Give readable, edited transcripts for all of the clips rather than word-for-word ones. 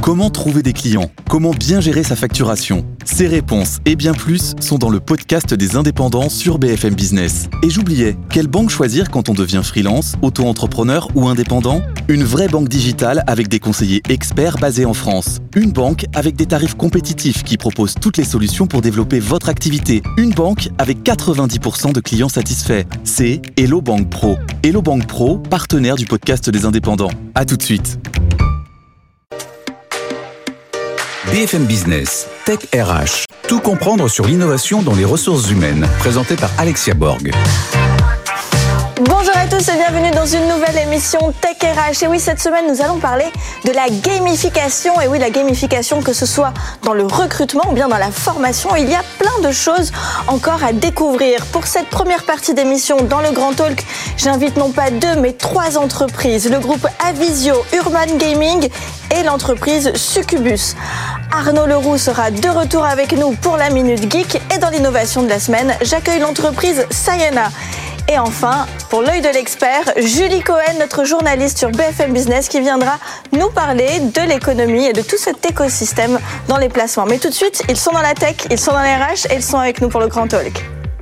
Comment trouver des clients ? Comment bien gérer sa facturation ? Ces réponses et bien plus sont dans le podcast des indépendants sur BFM Business. Et j'oubliais, quelle banque choisir quand on devient freelance, auto-entrepreneur ou indépendant ? Une vraie banque digitale avec des conseillers experts basés en France. Une banque avec des tarifs compétitifs qui propose toutes les solutions pour développer votre activité. Une banque avec 90% de clients satisfaits. C'est Hello Bank Pro. Hello Bank Pro, partenaire du podcast des indépendants. À tout de suite. BFM Business, Tech RH. Tout comprendre sur l'innovation dans les ressources humaines. Présenté par Alexia Borg. Bonjour à tous et bienvenue dans une nouvelle émission Tech RH. Et oui, cette semaine, nous allons parler de la gamification. Et oui, la gamification, que ce soit dans le recrutement ou bien dans la formation, il y a plein de choses encore à découvrir. Pour cette première partie d'émission, dans le Grand Talk, j'invite non pas 2, mais 3 entreprises. Le groupe Avisio, Urban Gaming et l'entreprise Succubus. Arnaud Leroux sera de retour avec nous pour la Minute Geek. Et dans l'innovation de la semaine, j'accueille l'entreprise Sayana. Et enfin, pour l'œil de l'expert, Julie Cohen, notre journaliste sur BFM Business, qui viendra nous parler de l'économie et de tout cet écosystème dans les placements. Mais tout de suite, ils sont dans la tech, ils sont dans les RH et ils sont avec nous pour le Grand Talk.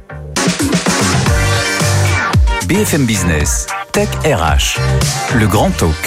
BFM Business, Tech RH, le Grand Talk.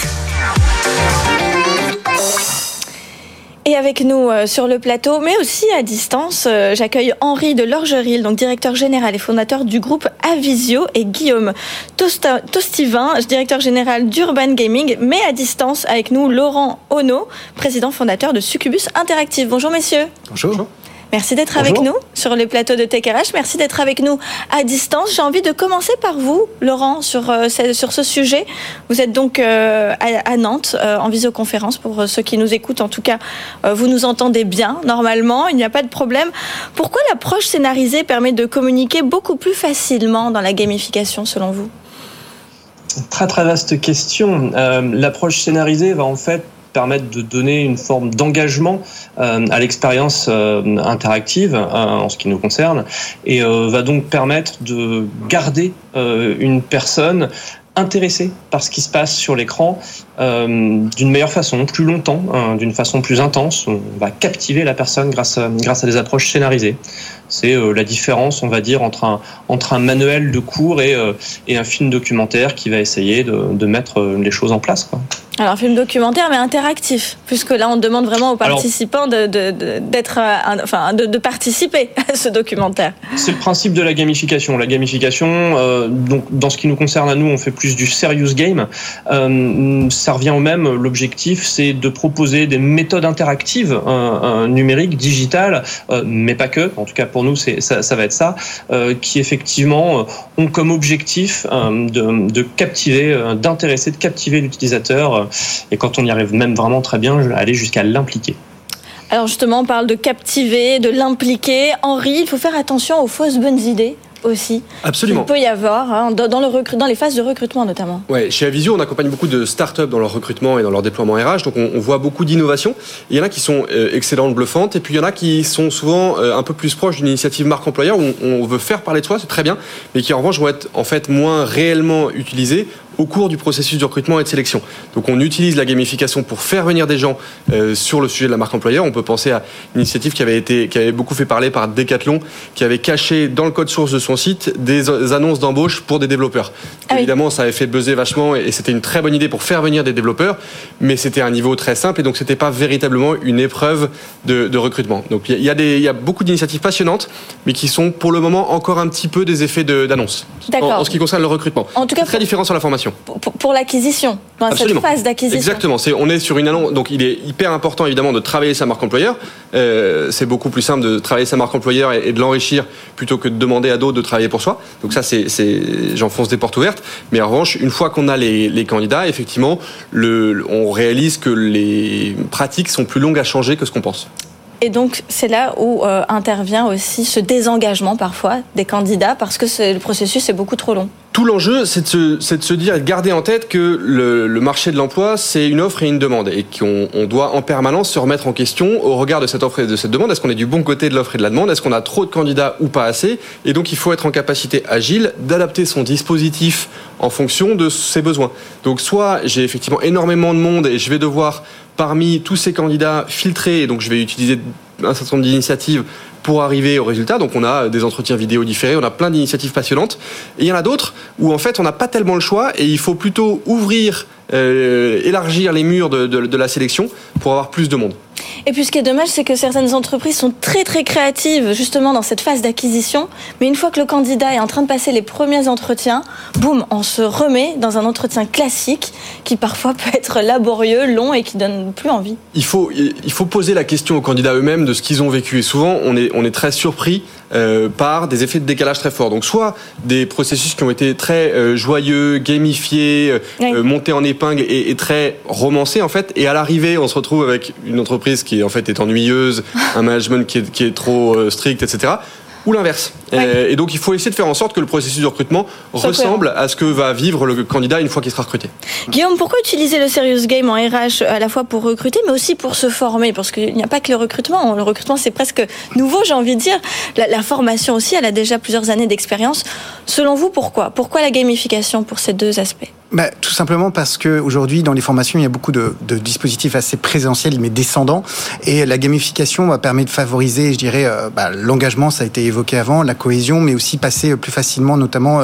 Et avec nous sur le plateau, mais aussi à distance, j'accueille Henri de Lorgeril, donc directeur général et fondateur du groupe Avisio, et Guillaume Tostivin, directeur général d'Urban Gaming, mais à distance avec nous Laurent Ono, président fondateur de Succubus Interactive. Bonjour messieurs. Bonjour. Merci d'être avec nous sur le plateau de Tech RH. Merci d'être avec nous à distance. J'ai envie de commencer par vous, Laurent, sur ce sujet. Vous êtes donc à Nantes en visioconférence pour ceux qui nous écoutent. En tout cas, vous nous entendez bien normalement. Il n'y a pas de problème. Pourquoi l'approche scénarisée permet de communiquer beaucoup plus facilement dans la gamification, selon vous ? Très très vaste question. L'approche scénarisée va en fait permettre de donner une forme d'engagement à l'expérience interactive en ce qui nous concerne et va donc permettre de garder une personne intéressée par ce qui se passe sur l'écran d'une meilleure façon, plus longtemps, d'une façon plus intense. On va captiver la personne grâce à des approches scénarisées. C'est la différence, on va dire, entre un manuel de cours et un film documentaire qui va essayer de mettre les choses en place, quoi. Alors, un film documentaire, mais interactif, puisque là, on demande vraiment aux participants de participer à ce documentaire. C'est le principe de la gamification. La gamification, donc, dans ce qui nous concerne à nous, on fait plus du serious game. Ça revient au même. L'objectif, c'est de proposer des méthodes interactives, numériques, digitales, mais pas que. En tout cas, pour nous, ça va être ça, qui effectivement ont comme objectif de captiver, d'intéresser, de captiver l'utilisateur. Et quand on y arrive même vraiment très bien, aller jusqu'à l'impliquer. Alors justement, on parle de captiver, de l'impliquer. Henri, il faut faire attention aux fausses bonnes idées aussi. Absolument. Il peut y avoir dans les phases de recrutement notamment. Ouais, chez Avisio, on accompagne beaucoup de startups dans leur recrutement et dans leur déploiement RH, donc on voit beaucoup d'innovations. Il y en a qui sont excellentes, bluffantes, et puis il y en a qui sont souvent un peu plus proches d'une initiative marque employeur où on veut faire parler de soi, c'est très bien, mais qui en revanche vont être en fait moins réellement utilisées au cours du processus de recrutement et de sélection. Donc on utilise la gamification pour faire venir des gens sur le sujet de la marque employeur. On peut penser à une initiative qui avait beaucoup fait parler par Decathlon, qui avait caché dans le code source de son site des annonces d'embauche pour des développeurs. Évidemment, ça avait fait buzzer vachement et c'était une très bonne idée pour faire venir des développeurs, mais c'était à un niveau très simple et donc c'était pas véritablement une épreuve de recrutement. Donc il y a beaucoup d'initiatives passionnantes, mais qui sont pour le moment encore un petit peu des effets d'annonce en ce qui concerne le recrutement. En tout cas, c'est très différent sur la formation. Pour l'acquisition, dans cette phase d'acquisition. Exactement, on est sur une annonce, donc il est hyper important évidemment de travailler sa marque employeur. C'est beaucoup plus simple de travailler sa marque employeur et de l'enrichir plutôt que de demander à d'autres de travailler pour soi. Donc ça, j'enfonce des portes ouvertes. Mais en revanche, une fois qu'on a les candidats, effectivement, on réalise que les pratiques sont plus longues à changer que ce qu'on pense. Et donc, c'est là où intervient aussi ce désengagement parfois des candidats parce que le processus est beaucoup trop long. Tout l'enjeu, c'est de se dire et de garder en tête que le marché de l'emploi, c'est une offre et une demande et qu'on doit en permanence se remettre en question au regard de cette offre et de cette demande. Est-ce qu'on est du bon côté de l'offre et de la demande ? Est-ce qu'on a trop de candidats ou pas assez ? Et donc, il faut être en capacité agile d'adapter son dispositif en fonction de ses besoins. Donc, soit j'ai effectivement énormément de monde et je vais devoir parmi tous ces candidats filtrés, donc je vais utiliser un certain nombre d'initiatives pour arriver au résultat. Donc on a des entretiens vidéo différés, on a plein d'initiatives passionnantes. Et il y en a d'autres où en fait on n'a pas tellement le choix et il faut plutôt élargir les murs de la sélection pour avoir plus de monde. Et puis ce qui est dommage, c'est que certaines entreprises sont très très créatives justement dans cette phase d'acquisition, mais une fois que le candidat est en train de passer les premiers entretiens, boum, on se remet dans un entretien classique qui parfois peut être laborieux, long et qui donne plus envie. Il faut poser la question aux candidats eux-mêmes de ce qu'ils ont vécu et souvent on est très surpris par des effets de décalage très forts. Donc soit des processus qui ont été très joyeux, gamifiés, montés en épingle et très romancés en fait, et à l'arrivée on se retrouve avec une entreprise qui en fait est ennuyeuse, un management qui est trop strict, etc. Ou l'inverse. Et donc il faut essayer de faire en sorte que le processus de recrutement ressemble à ce que va vivre le candidat une fois qu'il sera recruté. Guillaume, pourquoi utiliser le Serious Game en RH à la fois pour recruter mais aussi pour se former? Parce qu'il n'y a pas que le recrutement. Le recrutement c'est presque nouveau, j'ai envie de dire. La formation aussi, elle a déjà plusieurs années d'expérience. Selon vous, pourquoi la gamification pour ces deux aspects? Tout simplement parce que aujourd'hui dans les formations il y a beaucoup de dispositifs assez présentiels mais descendants, et la gamification va permettre de favoriser, je dirais, l'engagement, ça a été évoqué avant, la cohésion, mais aussi passer plus facilement, notamment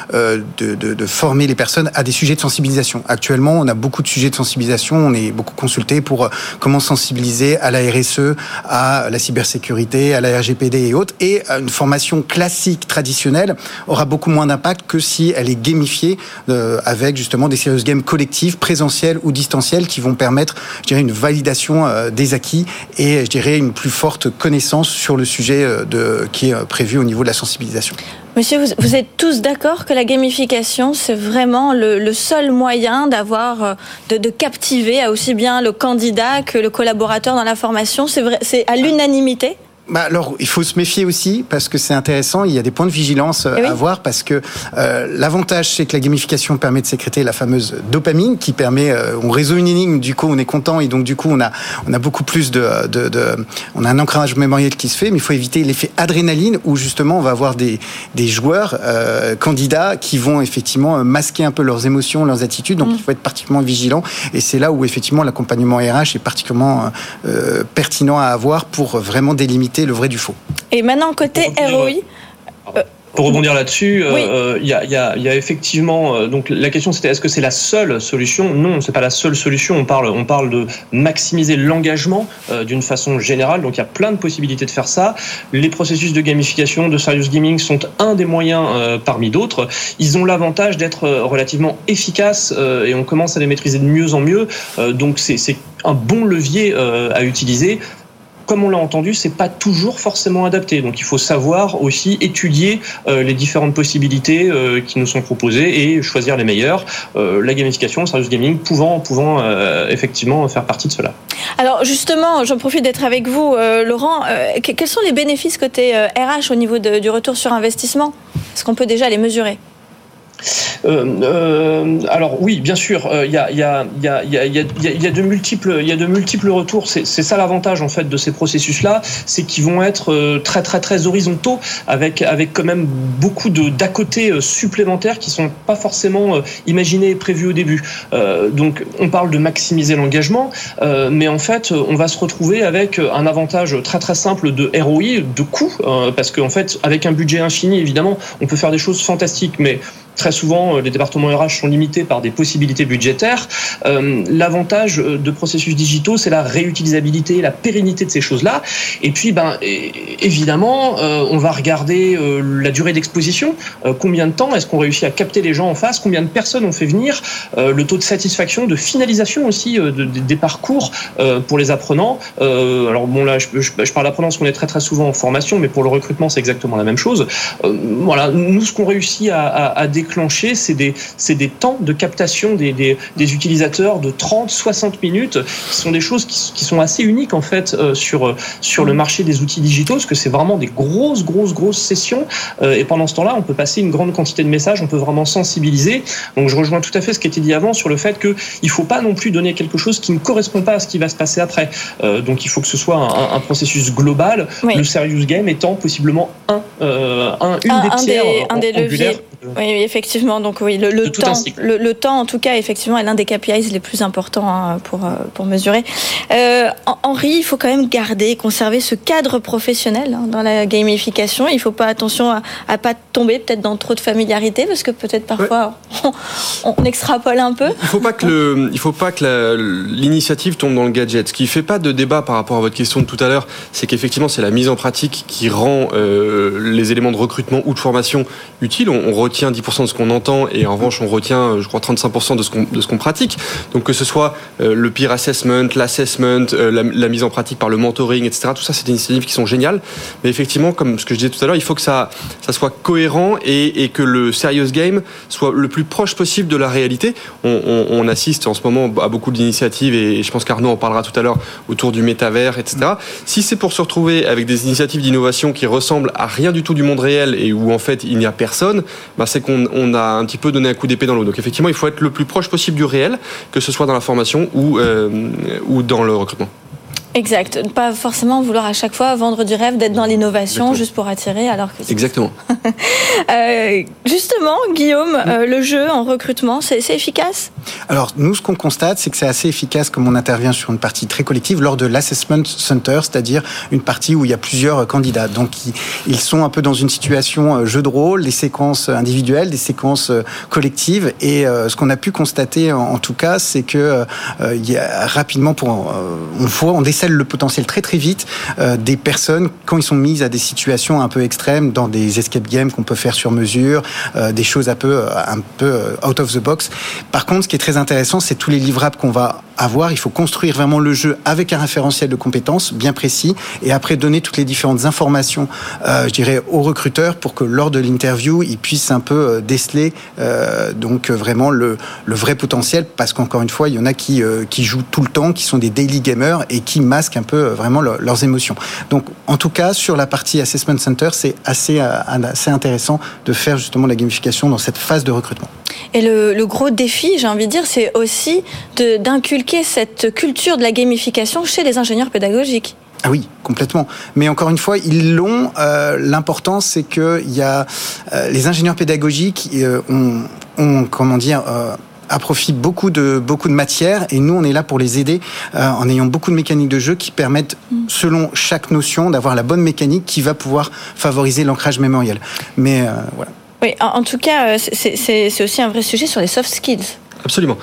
de former les personnes à des sujets de sensibilisation. Actuellement on a beaucoup de sujets de sensibilisation, on est beaucoup consulté pour comment sensibiliser à la RSE, à la cybersécurité, à la RGPD et autres, et une formation classique traditionnelle aura beaucoup moins d'impact que si elle est gamifiée avec justement des serious games collectifs, présentiels ou distanciels, qui vont permettre, je dirais, une validation des acquis et, je dirais, une plus forte connaissance sur le sujet qui est prévu au niveau de la sensibilisation. Monsieur, vous êtes tous d'accord que la gamification, c'est vraiment le seul moyen de captiver aussi bien le candidat que le collaborateur dans la formation? C'est vrai, c'est à l'unanimité? Alors, il faut se méfier aussi parce que c'est intéressant. Il y a des points de vigilance à voir parce que l'avantage, c'est que la gamification permet de sécréter la fameuse dopamine qui permet, on résout une énigme, du coup on est content et donc du coup on a beaucoup plus on a un ancrage mémoriel qui se fait, mais il faut éviter l'effet adrénaline où justement on va avoir des joueurs candidats qui vont effectivement masquer un peu leurs émotions, leurs attitudes. Donc il faut être particulièrement vigilant et c'est là où effectivement l'accompagnement RH est particulièrement pertinent à avoir pour vraiment délimiter le vrai du faux. Et maintenant, côté ROI... Pour rebondir là-dessus, il y a effectivement, donc la question c'était est-ce que c'est la seule solution? Non, c'est pas la seule solution. On parle de maximiser l'engagement d'une façon générale. Donc il y a plein de possibilités de faire ça. Les processus de gamification, de serious gaming sont un des moyens parmi d'autres. Ils ont l'avantage d'être relativement efficaces et on commence à les maîtriser de mieux en mieux. Donc c'est un bon levier à utiliser. Comme on l'a entendu, c'est pas toujours forcément adapté. Donc il faut savoir aussi étudier les différentes possibilités qui nous sont proposées et choisir les meilleures. La gamification, le serious gaming pouvant effectivement faire partie de cela. Alors justement, j'en profite d'être avec vous, Laurent. Quels sont les bénéfices côté RH au niveau du retour sur investissement? Est-ce qu'on peut déjà les mesurer? Alors oui, bien sûr, il y a de multiples retours. C'est ça l'avantage en fait de ces processus-là, c'est qu'ils vont être très très très horizontaux, avec quand même beaucoup d'à côté supplémentaires qui sont pas forcément imaginés et prévus au début. Donc on parle de maximiser l'engagement, mais en fait on va se retrouver avec un avantage très très simple de ROI, de coût, parce qu'en fait avec un budget infini évidemment on peut faire des choses fantastiques, mais très souvent, les départements RH sont limités par des possibilités budgétaires. L'avantage de processus digitaux, c'est la réutilisabilité, la pérennité de ces choses-là. Et puis, évidemment, on va regarder la durée d'exposition. Combien de temps est-ce qu'on réussit à capter les gens en face? Combien de personnes on fait venir? Le taux de satisfaction, de finalisation aussi des parcours pour les apprenants. Alors bon, là, je parle d'apprenants parce qu'on est très très souvent en formation, mais pour le recrutement, c'est exactement la même chose. Voilà, nous, ce qu'on réussit à déclencher, c'est des temps de captation des utilisateurs de 30-60 minutes, qui sont des choses qui sont assez uniques en fait sur le marché des outils digitaux, parce que c'est vraiment des grosses sessions, et pendant ce temps-là, on peut passer une grande quantité de messages, on peut vraiment sensibiliser. Donc je rejoins tout à fait ce qui a été dit avant sur le fait qu'il ne faut pas non plus donner quelque chose qui ne correspond pas à ce qui va se passer après. Donc il faut que ce soit un processus global, oui. Le serious game étant possiblement une des pierres angulaires Oui, effectivement. Donc oui, le temps, en tout cas, effectivement, est l'un des KPIs les plus importants pour mesurer. Henri, il faut quand même conserver ce cadre professionnel dans la gamification. Il ne faut pas attention à pas tomber peut-être dans trop de familiarité, parce que peut-être parfois on extrapole un peu. Il faut pas que l'initiative tombe dans le gadget. Ce qui fait pas de débat par rapport à votre question de tout à l'heure, c'est qu'effectivement c'est la mise en pratique qui rend les éléments de recrutement ou de formation utiles. On retient 10% de ce qu'on entend et en revanche on retient, je crois, 35% de ce qu'on pratique. Donc que ce soit le peer assessment, l'assessment, la mise en pratique par le mentoring, etc. Tout ça, c'est des initiatives qui sont géniales. Mais effectivement, comme ce que je disais tout à l'heure, il faut que ça soit cohérent et que le serious game soit le plus proche possible de la réalité. On assiste en ce moment à beaucoup d'initiatives et je pense qu'Arnaud en parlera tout à l'heure autour du métavers, etc. Si c'est pour se retrouver avec des initiatives d'innovation qui ressemblent à rien du tout du monde réel et où en fait il n'y a personne, c'est qu'on a un petit peu donné un coup d'épée dans l'eau. Donc effectivement, il faut être le plus proche possible du réel, que ce soit dans la formation ou dans le recrutement. Exact. Ne pas forcément vouloir à chaque fois vendre du rêve d'être dans l'innovation. Exactement. Juste pour attirer, alors que... Exactement. Justement, Guillaume, le jeu en recrutement, c'est efficace ? Alors, nous, ce qu'on constate, c'est que c'est assez efficace comme on intervient sur une partie très collective lors de l'assessment center, c'est-à-dire une partie où il y a plusieurs candidats. Donc, ils sont un peu dans une situation jeu de rôle, des séquences individuelles, des séquences collectives. Et ce qu'on a pu constater, en tout cas, c'est que il y a rapidement, on décèle le potentiel très très vite des personnes quand ils sont mises à des situations un peu extrêmes, dans des escape games qu'on peut faire sur mesure, des choses un peu out of the box. Par contre, ce qui est très intéressant, c'est tous les livrables qu'on va avoir. Il faut construire vraiment le jeu avec un référentiel de compétences bien précis et après donner toutes les différentes informations, je dirais, aux recruteurs pour que lors de l'interview, ils puissent un peu déceler donc vraiment le vrai potentiel, parce qu'encore une fois, il y en a qui jouent tout le temps, qui sont des daily gamers et qui masquent un peu vraiment leurs émotions. Donc, en tout cas, sur la partie Assessment Center, c'est assez intéressant de faire justement la gamification dans cette phase de recrutement. Et le gros défi, j'ai envie de dire, c'est aussi d'inculquer cette culture de la gamification chez les ingénieurs pédagogiques. Ah oui, complètement. Mais encore une fois, ils l'ont. L'important, c'est que il y a les ingénieurs pédagogiques ont comment dire. Approfient beaucoup de matière et nous on est là pour les aider en ayant beaucoup de mécaniques de jeu qui permettent selon chaque notion d'avoir la bonne mécanique qui va pouvoir favoriser l'ancrage mémoriel. Mais voilà. Oui, en tout cas c'est aussi un vrai sujet sur les soft skills. Absolument.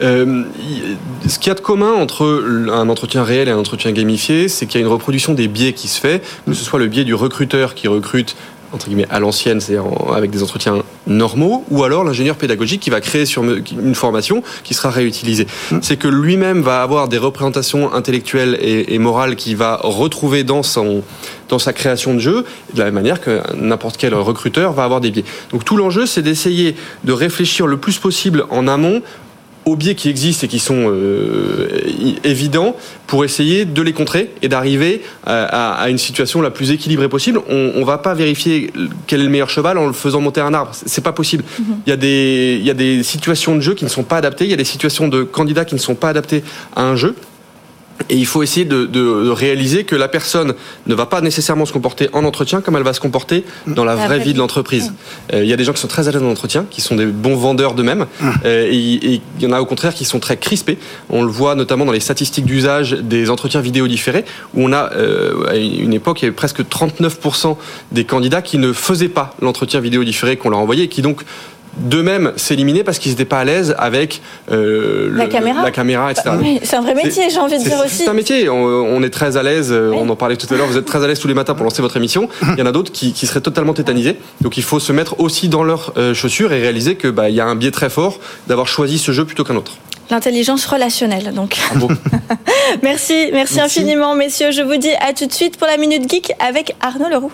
Ce qu'il y a de commun entre un entretien réel et un entretien gamifié, c'est qu'il y a une reproduction des biais qui se fait, que ce soit le biais du recruteur qui recrute entre guillemets à l'ancienne, c'est-à-dire avec des entretiens normaux, ou alors l'ingénieur pédagogique qui va créer sur une formation qui sera réutilisée. C'est que lui-même va avoir des représentations intellectuelles et morales qu'il va retrouver dans sa création de jeu, de la même manière que n'importe quel recruteur va avoir des biais. Donc tout l'enjeu, c'est d'essayer de réfléchir le plus possible en amont aux biais qui existent et qui sont évidents pour essayer de les contrer et d'arriver à une situation la plus équilibrée possible. On va pas vérifier quel est le meilleur cheval en le faisant monter un arbre. C'est pas possible. Il y a des situations de jeu qui ne sont pas adaptées. Il y a des situations de candidats qui ne sont pas adaptées à un jeu. Et il faut essayer de réaliser que la personne ne va pas nécessairement se comporter en entretien comme elle va se comporter dans la vraie vie de l'entreprise. Il y a des gens qui sont très à l'aise en entretien, qui sont des bons vendeurs d'eux-mêmes, et il y en a au contraire qui sont très crispés. On le voit notamment dans les statistiques d'usage des entretiens vidéo différés, où on a, à une époque, il y avait presque 39% des candidats qui ne faisaient pas l'entretien vidéo différé qu'on leur envoyait, et qui donc d'eux-mêmes s'éliminer parce qu'ils n'étaient pas à l'aise avec la caméra, etc. Oui, c'est un vrai métier, j'ai envie de dire aussi. C'est un métier, on est très à l'aise, on en parlait tout à l'heure, vous êtes très à l'aise tous les matins pour lancer votre émission. Il y en a d'autres qui seraient totalement tétanisés. Donc il faut se mettre aussi dans leurs chaussures et réaliser que il y a un biais très fort d'avoir choisi ce jeu plutôt qu'un autre. L'intelligence relationnelle, donc. Bravo. Merci infiniment, messieurs. Je vous dis à tout de suite pour la Minute Geek avec Arnaud Leroux.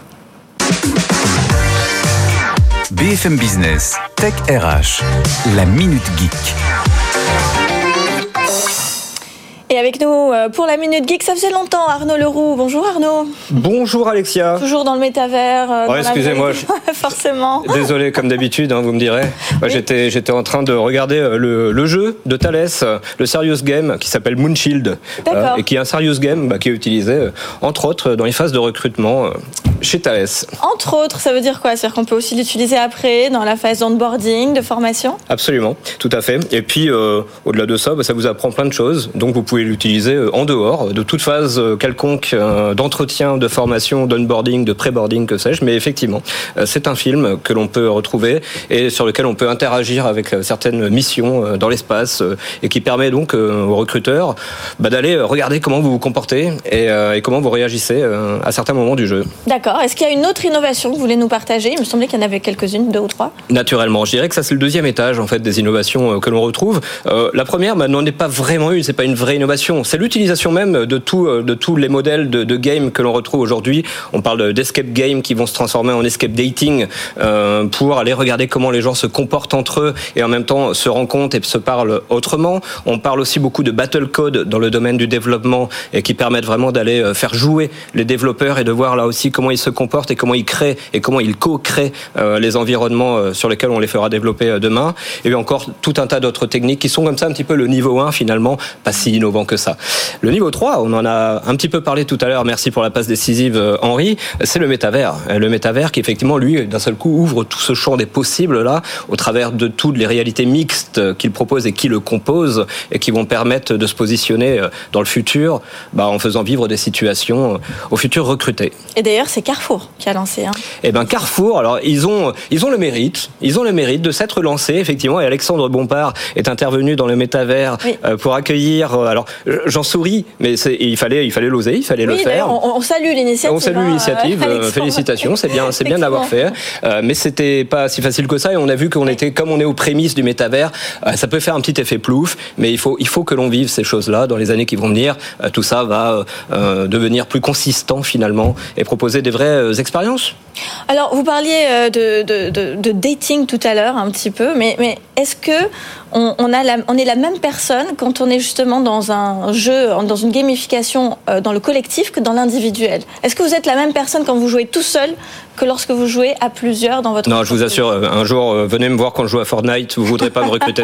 BFM Business, Tech RH, la Minute Geek. Et avec nous pour la Minute Geek, ça faisait longtemps, Arnaud Leroux. Bonjour Arnaud. Bonjour Alexia. Toujours dans le métavers. Excusez-moi. Forcément. Désolé, comme d'habitude, vous me direz. Oui. J'étais en train de regarder le jeu de Thales, le Serious Game, qui s'appelle Moonshield. Et qui est un Serious Game qui est utilisé, entre autres, dans les phases de recrutement. chez Thales. Entre autres, ça veut dire quoi? C'est-à-dire qu'on peut aussi l'utiliser après, dans la phase d'onboarding, de formation? Absolument, tout à fait. Et puis, au-delà de ça, ça vous apprend plein de choses. Donc, vous pouvez l'utiliser en dehors de toute phase quelconque d'entretien, de formation, d'onboarding, de pré-boarding, que sais-je. Mais effectivement, c'est un film que l'on peut retrouver et sur lequel on peut interagir avec certaines missions dans l'espace et qui permet donc aux recruteurs d'aller regarder comment vous vous comportez et comment vous réagissez à certains moments du jeu. D'accord. Est-ce qu'il y a une autre innovation que vous voulez nous partager? Il me semblait qu'il y en avait quelques-unes, 2 ou 3. Naturellement, je dirais que ça c'est le deuxième étage en fait des innovations que l'on retrouve. La première, n'en est pas vraiment une, c'est pas une vraie innovation. C'est l'utilisation même de tous les modèles de game que l'on retrouve aujourd'hui. On parle d'escape game qui vont se transformer en escape dating pour aller regarder comment les gens se comportent entre eux et en même temps se rencontrent et se parlent autrement. On parle aussi beaucoup de battle code dans le domaine du développement et qui permettent vraiment d'aller faire jouer les développeurs et de voir là aussi comment ils se comportent et comment ils créent et comment ils co-créent les environnements sur lesquels on les fera développer demain. Et puis encore tout un tas d'autres techniques qui sont comme ça un petit peu le niveau 1 finalement, pas si innovant que ça. Le niveau 3, on en a un petit peu parlé tout à l'heure, merci pour la passe décisive Henri, c'est le métavers. Le métavers qui effectivement lui d'un seul coup ouvre tout ce champ des possibles là au travers de toutes les réalités mixtes qu'il propose et qui le composent et qui vont permettre de se positionner dans le futur en faisant vivre des situations aux futurs recrutés. Et d'ailleurs c'est Carrefour qui a lancé. Eh ben Carrefour, alors ils ont le mérite de s'être lancés effectivement et Alexandre Bompard est intervenu dans le métavers pour accueillir. Alors j'en souris, mais il fallait l'oser, il fallait le faire. On salue l'initiative. On salue l'initiative. Félicitations, c'est bien d'avoir fait. Mais c'était pas si facile que ça et on a vu qu'on était comme on est aux prémices du métavers. Ça peut faire un petit effet plouf, mais il faut que l'on vive ces choses-là dans les années qui vont venir. Tout ça va devenir plus consistant finalement et proposer des vraies expériences. Alors vous parliez de dating tout à l'heure un petit peu, mais est-ce que on est la même personne quand on est justement dans un jeu, dans une gamification dans le collectif que dans l'individuel? Est-ce que vous êtes la même personne quand vous jouez tout seul que lorsque vous jouez à plusieurs dans votre Non, je vous assure, un jour, venez me voir quand je joue à Fortnite, vous voudrez pas me recruter.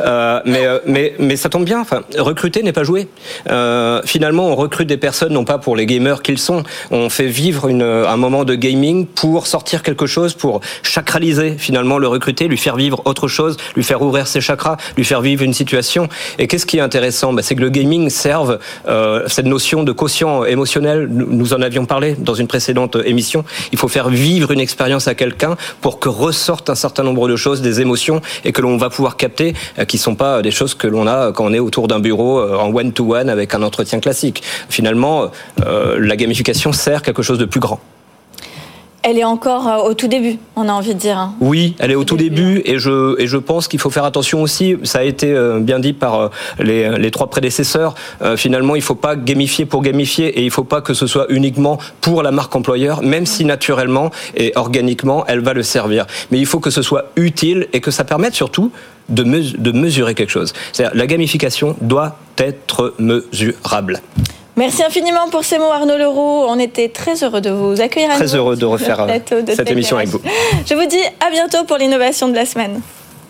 Mais ça tombe bien, recruter n'est pas jouer. Finalement, on recrute des personnes non pas pour les gamers qu'ils sont, on fait vivre un moment de gaming pour sortir quelque chose, pour sacraliser finalement le recruter, lui faire vivre autre chose, lui faire ouvrir ses chakras, lui faire vivre une situation. Et qu'est-ce qui est intéressant? C'est que le gaming serve cette notion de quotient émotionnel. Nous en avions parlé dans une précédente émission. Il faut faire vivre une expérience à quelqu'un pour que ressortent un certain nombre de choses, des émotions, et que l'on va pouvoir capter, qui sont pas des choses que l'on a quand on est autour d'un bureau en one-to-one avec un entretien classique. Finalement, la gamification sert quelque chose de plus grand. Elle est encore au tout début, on a envie de dire. Oui, elle est au tout début et je pense qu'il faut faire attention aussi. Ça a été bien dit par les 3 prédécesseurs. Finalement, il ne faut pas gamifier pour gamifier et il ne faut pas que ce soit uniquement pour la marque employeur, même si naturellement et organiquement, elle va le servir. Mais il faut que ce soit utile et que ça permette surtout de mesurer quelque chose. C'est-à-dire, la gamification doit être mesurable. Merci infiniment pour ces mots, Arnaud Leroux. On était très heureux de vous accueillir à nouveau. Très heureux de refaire cette émission avec vous. Je vous dis à bientôt pour l'innovation de la semaine.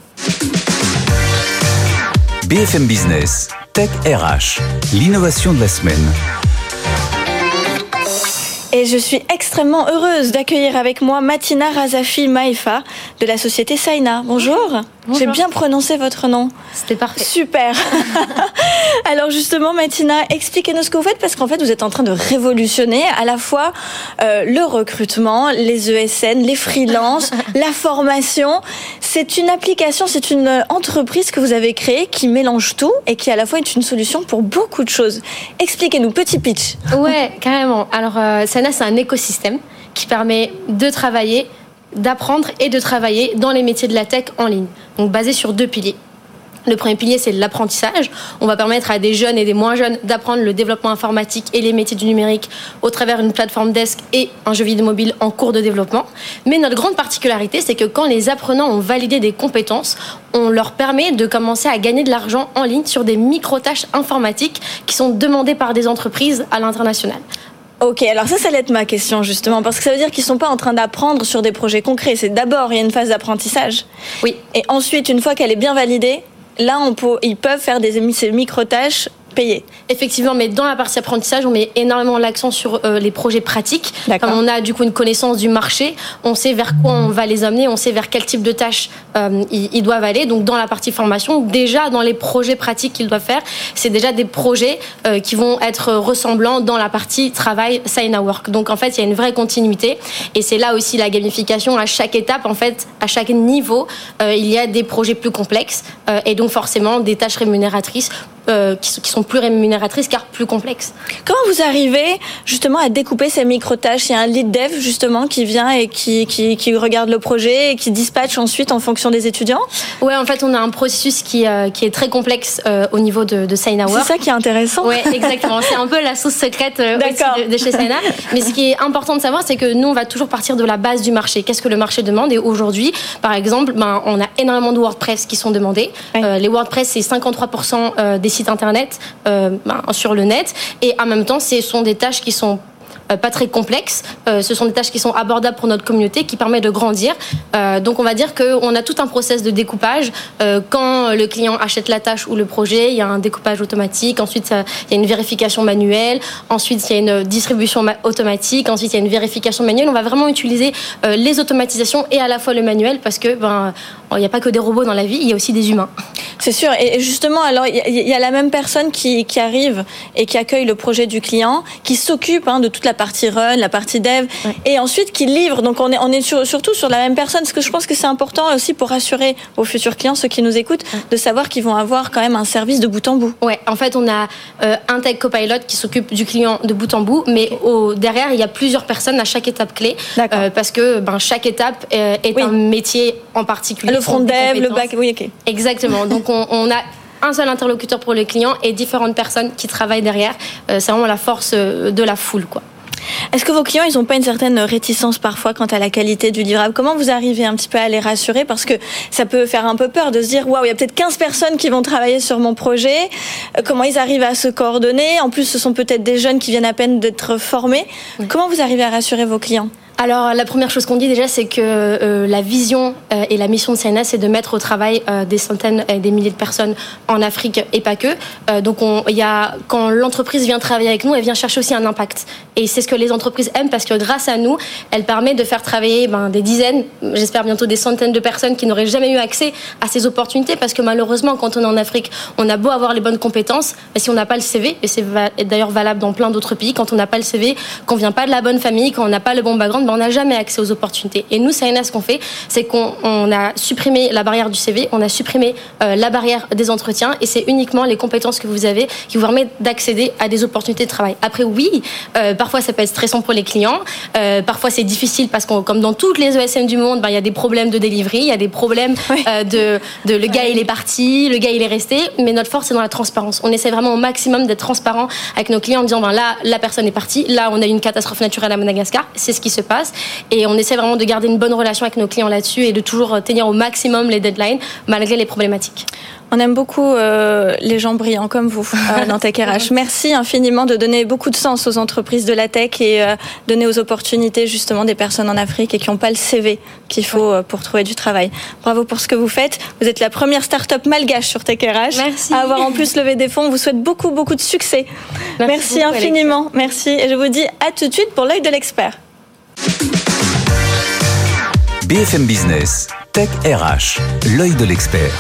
BFM Business, Tech RH, l'innovation de la semaine. Et je suis extrêmement heureuse d'accueillir avec moi Matina Razafi Maïfa de la société Saina. Bonjour. J'ai bien prononcé votre nom. C'était parfait. Super. Alors justement, Matina, expliquez-nous ce que vous faites parce qu'en fait, vous êtes en train de révolutionner à la fois le recrutement, les ESN, les freelances, la formation. C'est une application, c'est une entreprise que vous avez créée qui mélange tout et qui à la fois est une solution pour beaucoup de choses. Expliquez-nous, petit pitch. Ouais, carrément. Alors, Saina, c'est un écosystème qui permet de travailler, d'apprendre et de travailler dans les métiers de la tech en ligne. Donc basé sur 2 piliers. Le premier pilier, c'est l'apprentissage. On va permettre à des jeunes et des moins jeunes d'apprendre le développement informatique et les métiers du numérique au travers d'une plateforme desk et un jeu vidéo mobile en cours de développement. Mais notre grande particularité, c'est que quand les apprenants ont validé des compétences, on leur permet de commencer à gagner de l'argent en ligne sur des micro-tâches informatiques qui sont demandées par des entreprises à l'international. Ok, alors ça allait être ma question justement, parce que ça veut dire qu'ils ne sont pas en train d'apprendre sur des projets concrets. C'est d'abord, il y a une phase d'apprentissage. Oui. Et ensuite, une fois qu'elle est bien validée, là, ils peuvent faire ces micro-tâches payé. Effectivement, mais dans la partie apprentissage, on met énormément l'accent sur les projets pratiques. D'accord. Comme on a du coup une connaissance du marché, on sait vers quoi on va les amener, on sait vers quel type de tâches ils doivent aller. Donc dans la partie formation, déjà dans les projets pratiques qu'ils doivent faire, c'est déjà des projets qui vont être ressemblants dans la partie travail, sign à work. Donc en fait, il y a une vraie continuité et c'est là aussi la gamification. À chaque étape, en fait, à chaque niveau, il y a des projets plus complexes et donc forcément des tâches rémunératrices qui sont plus rémunératrices car plus complexes. Comment vous arrivez justement à découper ces micro-tâches ? Il y a un lead dev justement qui vient et qui regarde le projet et qui dispatche ensuite en fonction des étudiants ? Ouais, en fait, on a un processus qui est très complexe au niveau de Sign Hour. C'est ça qui est intéressant. Ouais, exactement. C'est un peu la sauce secrète aussi de chez Sign Hour. Mais ce qui est important de savoir, c'est que nous, on va toujours partir de la base du marché. Qu'est-ce que le marché demande ? Et aujourd'hui, par exemple, on a énormément de WordPress qui sont demandés. Ouais. Les WordPress, c'est 53% des sites internet sur le net, et en même temps ce sont des tâches qui sont pas très complexes, ce sont des tâches qui sont abordables pour notre communauté, qui permet de grandir. Donc on va dire qu'on a tout un process de découpage. Quand le client achète la tâche ou le projet, il y a un découpage automatique, ensuite il y a une vérification manuelle, ensuite il y a une distribution automatique, ensuite il y a une vérification manuelle. On va vraiment utiliser les automatisations et à la fois le manuel, parce que il n'y a pas que des robots dans la vie, il y a aussi des humains. C'est sûr. Et justement, alors il y a la même personne qui arrive et qui accueille le projet du client, qui s'occupe de toute la partie run, la partie dev, ouais. Et ensuite qui livre. Donc on est surtout sur la même personne. Parce que je pense que c'est important aussi pour rassurer vos futurs clients, ceux qui nous écoutent, de savoir qu'ils vont avoir quand même un service de bout en bout. Ouais. En fait, on a un tech copilot qui s'occupe du client de bout en bout, mais derrière il y a plusieurs personnes à chaque étape clé, parce que chaque étape est un métier en particulier. Le front dev, le back, oui, ok. Exactement. Donc on a un seul interlocuteur pour le client et différentes personnes qui travaillent derrière. C'est vraiment la force de la foule, quoi. Est-ce que vos clients, ils n'ont pas une certaine réticence parfois quant à la qualité du livrable ? Comment vous arrivez un petit peu à les rassurer ? Parce que ça peut faire un peu peur de se dire « Waouh, il y a peut-être 15 personnes qui vont travailler sur mon projet. » Comment ils arrivent à se coordonner ? En plus, ce sont peut-être des jeunes qui viennent à peine d'être formés. Oui. Comment vous arrivez à rassurer vos clients ? Alors, la première chose qu'on dit déjà, c'est que la vision et la mission de CNS, c'est de mettre au travail des centaines et des milliers de personnes en Afrique et pas que. Donc, quand l'entreprise vient travailler avec nous, elle vient chercher aussi un impact. Et c'est ce que les entreprises aiment, parce que grâce à nous, elle permet de faire travailler des dizaines, j'espère bientôt des centaines de personnes qui n'auraient jamais eu accès à ces opportunités. Parce que malheureusement, quand on est en Afrique, on a beau avoir les bonnes compétences, mais si on n'a pas le CV, et c'est d'ailleurs valable dans plein d'autres pays, quand on n'a pas le CV, qu'on vient pas de la bonne famille, quand on n'a pas le bon background, on n'a jamais accès aux opportunités. Et nous, CNS, ce qu'on fait, c'est qu'on a supprimé la barrière du CV, on a supprimé la barrière des entretiens, et c'est uniquement les compétences que vous avez qui vous permettent d'accéder à des opportunités de travail. Après, oui, parfois ça peut être stressant pour les clients, parfois c'est difficile parce que, comme dans toutes les ESM du monde, il y a des problèmes de delivery, il y a des problèmes de le gars il est parti, le gars il est resté, mais notre force c'est dans la transparence. On essaie vraiment au maximum d'être transparent avec nos clients en disant là, la personne est partie, là on a eu une catastrophe naturelle à Madagascar, c'est ce qui se passe. Et on essaie vraiment de garder une bonne relation avec nos clients là-dessus et de toujours tenir au maximum les deadlines malgré les problématiques. On aime beaucoup les gens brillants comme vous dans Tech RH. Merci infiniment de donner beaucoup de sens aux entreprises de la tech et donner aux opportunités justement des personnes en Afrique et qui n'ont pas le CV qu'il faut pour trouver du travail. Bravo pour ce que vous faites. Vous êtes la première start-up malgache sur Tech RH. Merci. À avoir en plus levé des fonds. On vous souhaite beaucoup de succès. Merci beaucoup, infiniment. Alexia. Merci. Et je vous dis à tout de suite pour l'œil de l'expert. BFM Business, Tech RH, l'œil de l'expert.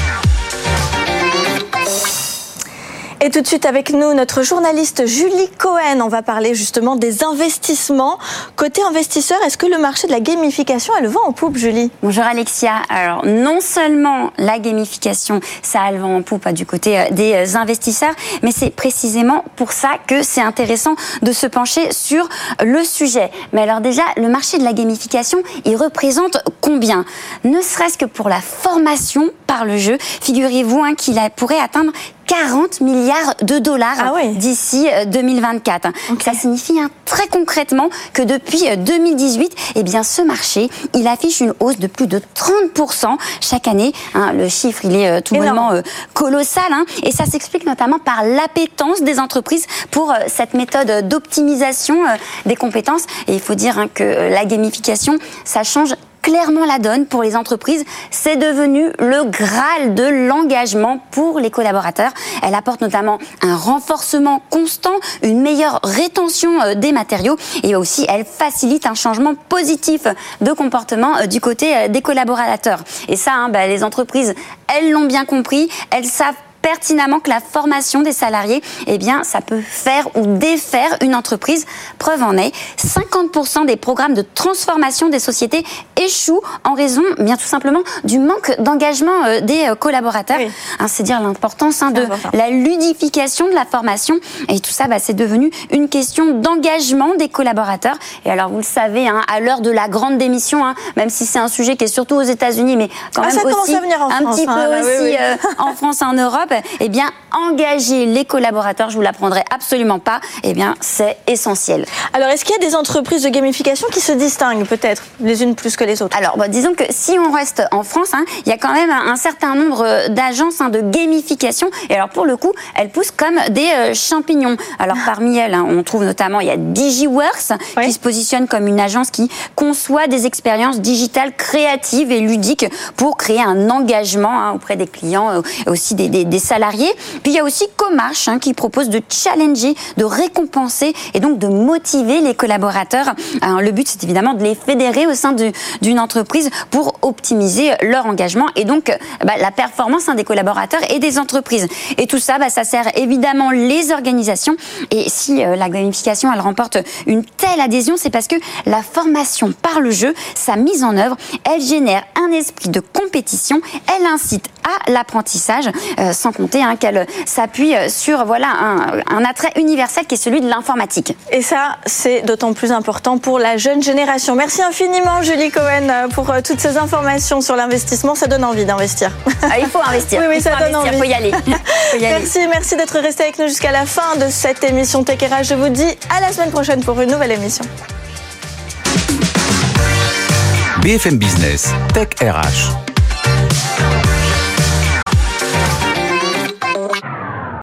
Et tout de suite avec nous, notre journaliste Julie Cohen. On va parler justement des investissements. Côté investisseur, est-ce que le marché de la gamification a le vent en poupe, Julie ? Bonjour Alexia. Alors, non seulement la gamification, ça a le vent en poupe du côté des investisseurs, mais c'est précisément pour ça que c'est intéressant de se pencher sur le sujet. Mais alors déjà, le marché de la gamification, il représente combien ? Ne serait-ce que pour la formation par le jeu, figurez-vous qu'il pourrait atteindre 40 milliards de dollars d'ici 2024. Okay. Ça signifie très concrètement que depuis 2018, ce marché, il affiche une hausse de plus de 30% chaque année. Le chiffre, il est tout bonnement colossal. Et ça s'explique notamment par l'appétence des entreprises pour cette méthode d'optimisation des compétences. Et il faut dire que la gamification, ça change clairement la donne pour les entreprises. C'est devenu le Graal de l'engagement pour les collaborateurs. Elle apporte notamment un renforcement constant, une meilleure rétention des matériaux et aussi elle facilite un changement positif de comportement du côté des collaborateurs. Et ça, les entreprises, elles l'ont bien compris, elles savent pertinemment que la formation des salariés, ça peut faire ou défaire une entreprise. Preuve en est, 50% des programmes de transformation des sociétés échouent en raison, tout simplement, du manque d'engagement des collaborateurs. Oui. C'est dire l'importance de la ludification de la formation. Et tout ça, c'est devenu une question d'engagement des collaborateurs. Et alors, vous le savez, à l'heure de la grande démission, même si c'est un sujet qui est surtout aux États-Unis, mais quand même aussi un petit peu aussi en France, en Europe, engager les collaborateurs, je vous l'apprendrai absolument pas, c'est essentiel. Alors, est-ce qu'il y a des entreprises de gamification qui se distinguent peut-être les unes plus que les autres? Alors, disons que si on reste en France, il y a quand même un certain nombre d'agences de gamification. Et alors, pour le coup, elles poussent comme des champignons. Alors, parmi elles, on trouve notamment, il y a DigiWorks, qui se positionne comme une agence qui conçoit des expériences digitales créatives et ludiques pour créer un engagement auprès des clients, aussi des salariés. Puis il y a aussi Comarch qui propose de challenger, de récompenser et donc de motiver les collaborateurs. Alors, le but, c'est évidemment de les fédérer au sein d'une entreprise pour optimiser leur engagement et donc la performance des collaborateurs et des entreprises. Et tout ça, ça sert évidemment les organisations. Et si la gamification, elle remporte une telle adhésion, c'est parce que la formation par le jeu, sa mise en œuvre, elle génère un esprit de compétition, elle incite à l'apprentissage, sans compter qu'elle s'appuie sur un attrait universel qui est celui de l'informatique. Et ça, c'est d'autant plus important pour la jeune génération. Merci infiniment, Julie Cohen, pour toutes ces informations sur l'investissement. Ça donne envie d'investir. Il faut investir. Oui, ça donne envie. Il faut y aller. Merci d'être resté avec nous jusqu'à la fin de cette émission Tech RH. Je vous dis à la semaine prochaine pour une nouvelle émission. BFM Business, Tech RH.